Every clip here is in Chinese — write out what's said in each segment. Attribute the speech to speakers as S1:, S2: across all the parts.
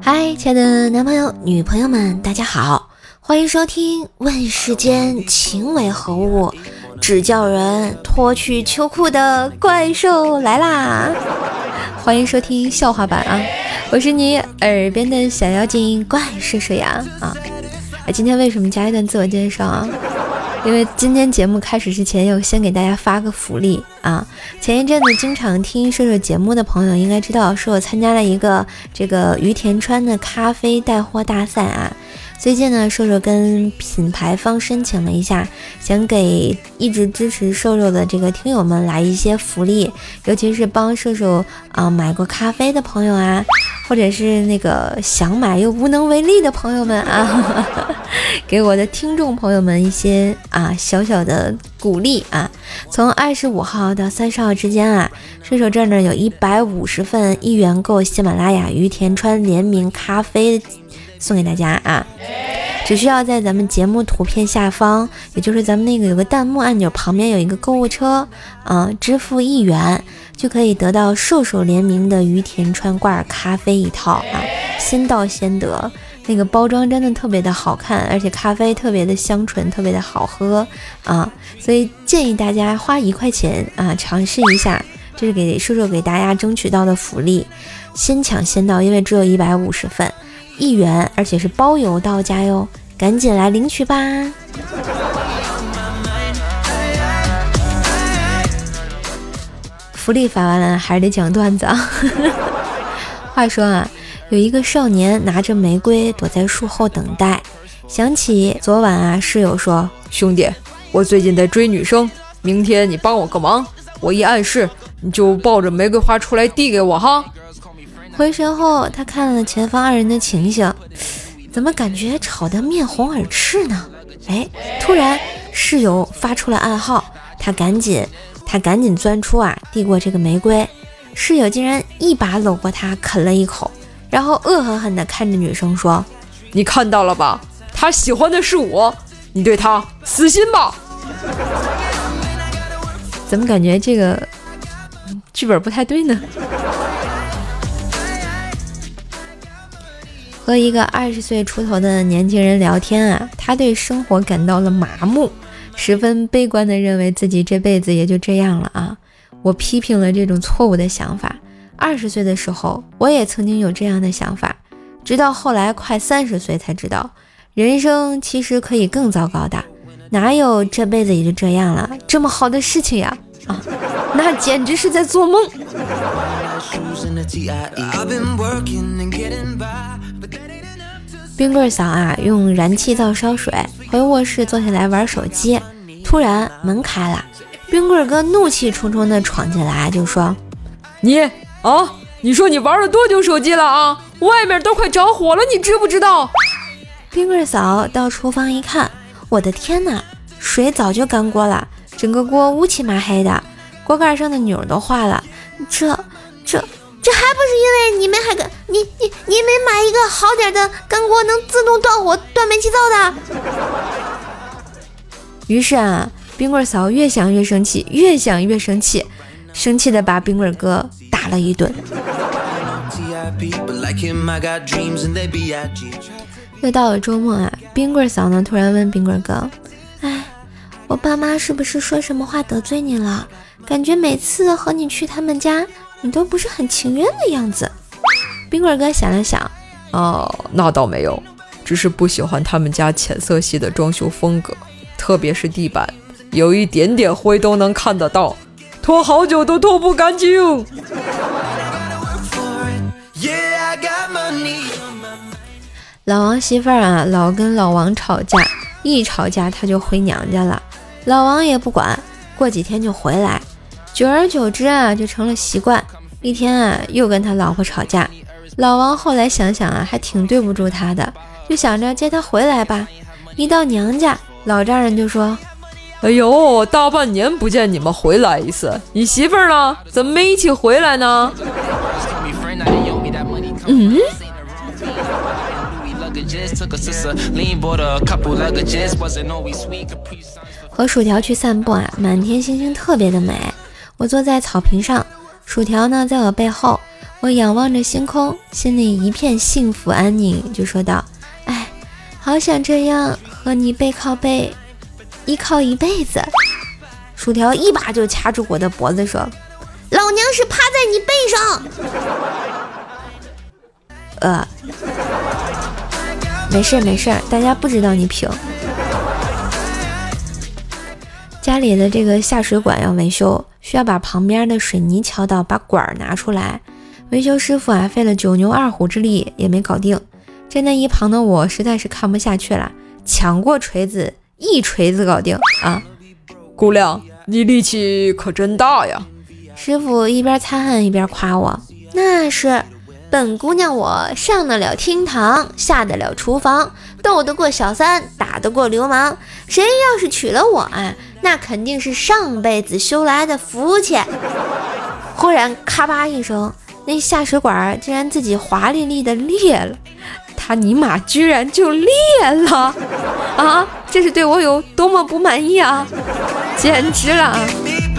S1: 嗨，亲爱的男朋友女朋友们，大家好，欢迎收听问世间情为何物，只叫人脱去秋裤的怪兽来啦。欢迎收听笑话版啊，我是你耳边的小妖精怪叔叔呀啊！今天为什么加一段自我介绍啊？因为今天节目开始之前要先给大家发个福利啊！前一阵子经常听瘦瘦节目的朋友应该知道，是我参加了一个这个于田川的咖啡带货大赛啊。最近呢，瘦瘦跟品牌方申请了一下，想给一直支持瘦瘦的这个听友们来一些福利，尤其是帮瘦瘦买过咖啡的朋友啊，或者是那个想买又无能为力的朋友们啊，给我的听众朋友们一些小小的鼓励啊。从25号到30号之间啊，瘦瘦这儿呢有150份1元购喜马拉雅于田川联名咖啡送给大家啊，只需要在咱们节目图片下方，也就是咱们那个有个弹幕按钮旁边有一个购物车支付1元就可以得到瘦瘦联名的于田川挂耳咖啡一套啊，先到先得。那个包装真的特别的好看，而且咖啡特别的香醇，特别的好喝啊，所以建议大家花1块钱尝试一下，这是给瘦瘦给大家争取到的福利，先抢先到，因为只有150份1元，而且是包邮到家哟，赶紧来领取吧。福利发完了还是得讲段子啊。话说有一个少年拿着玫瑰躲在树后等待，想起昨晚室友说，
S2: 兄弟，我最近在追女生，明天你帮我个忙，我一暗示你就抱着玫瑰花出来递给我哈。
S1: 回神后他看了前方2人的情形，怎么感觉吵得面红耳赤呢？突然室友发出了暗号，他赶紧钻出递过这个玫瑰，室友竟然一把搂过他啃了一口，然后恶狠狠地看着女生说，
S2: 你看到了吧，他喜欢的是我，你对他死心吧。
S1: 怎么感觉这个剧本不太对呢？和一个20岁出头的年轻人聊天他对生活感到了麻木，十分悲观地认为自己这辈子也就这样了我批评了这种错误的想法。20岁的时候我也曾经有这样的想法，直到后来快30岁才知道，人生其实可以更糟糕的，哪有这辈子也就这样了这么好的事情呀那简直是在做梦。冰棍嫂用燃气灶烧水，回卧室坐下来玩手机，突然门开了，冰棍哥怒气冲冲地闯进来就说，
S2: 你说你玩了多久手机了外面都快着火了，你知不知道？
S1: 冰棍嫂到厨房一看，我的天哪，水早就干锅了，整个锅乌漆麻黑的，锅盖上的钮都化了，这还不是因为你没买一个好点的干锅能自动断火断煤气灶的。于是冰棍嫂越想越生气，生气的把冰棍哥打了一顿。又到了周末冰棍嫂呢突然问冰棍哥，我爸妈是不是说什么话得罪你了？感觉每次和你去他们家你都不是很情愿的样子。冰棍哥想了想，
S2: 那倒没有，只是不喜欢他们家浅色系的装修风格，特别是地板有一点点灰都能看得到，拖好久都拖不干净。
S1: 老王媳妇儿老跟老王吵架，一吵架他就回娘家了，老王也不管，过几天就回来，久而久之就成了习惯。一天又跟他老婆吵架，老王后来想想还挺对不住他的，就想着接他回来吧。一到娘家，老丈人就说，
S2: 哎呦，大半年不见你们回来一次，你媳妇儿呢？怎么没一起回来呢？
S1: 和薯条去散步满天星星特别的美。我坐在草坪上，薯条呢在我背后， 我仰望着星空，心里一片幸福安宁，就说道：哎，好想这样和你背靠背依靠一辈子。薯条一把就掐住我的脖子说：老娘是趴在你背上。没事，大家不知道你平。家里的这个下水管要维修，需要把旁边的水泥敲到，把管拿出来。维修师傅费了9牛2虎之力也没搞定。站在一旁的我实在是看不下去了，抢过锤子，一锤子搞定啊！
S2: 姑娘，你力气可真大呀！
S1: 师傅一边擦汗一边夸我，那是本姑娘我上得了厅堂，下得了厨房，斗得过小三，打得过流氓。谁要是娶了我那肯定是上辈子修来的福气。忽然咔吧一声，那下水管竟然自己华丽丽的裂了，他尼玛居然就裂了啊！这是对我有多么不满意啊！简直了啊！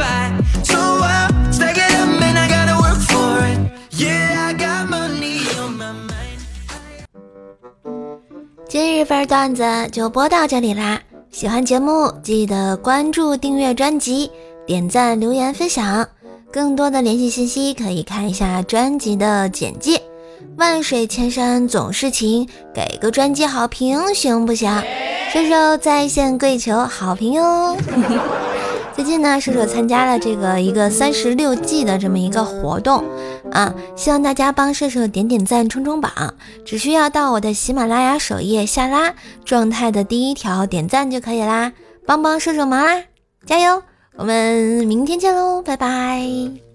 S1: 今日份段子就播到这里啦，喜欢节目记得关注订阅专辑，点赞留言分享，更多的联系信息可以看一下专辑的简介。万水千山总是情，给个专辑好评行不行？射手在线跪求好评哟。最近呢，射手参加了一个36计的这么一个活动希望大家帮射手点点赞冲冲榜，只需要到我的喜马拉雅首页下拉状态的第1条点赞就可以啦，帮帮射手忙啦，加油！我们明天见喽，拜拜。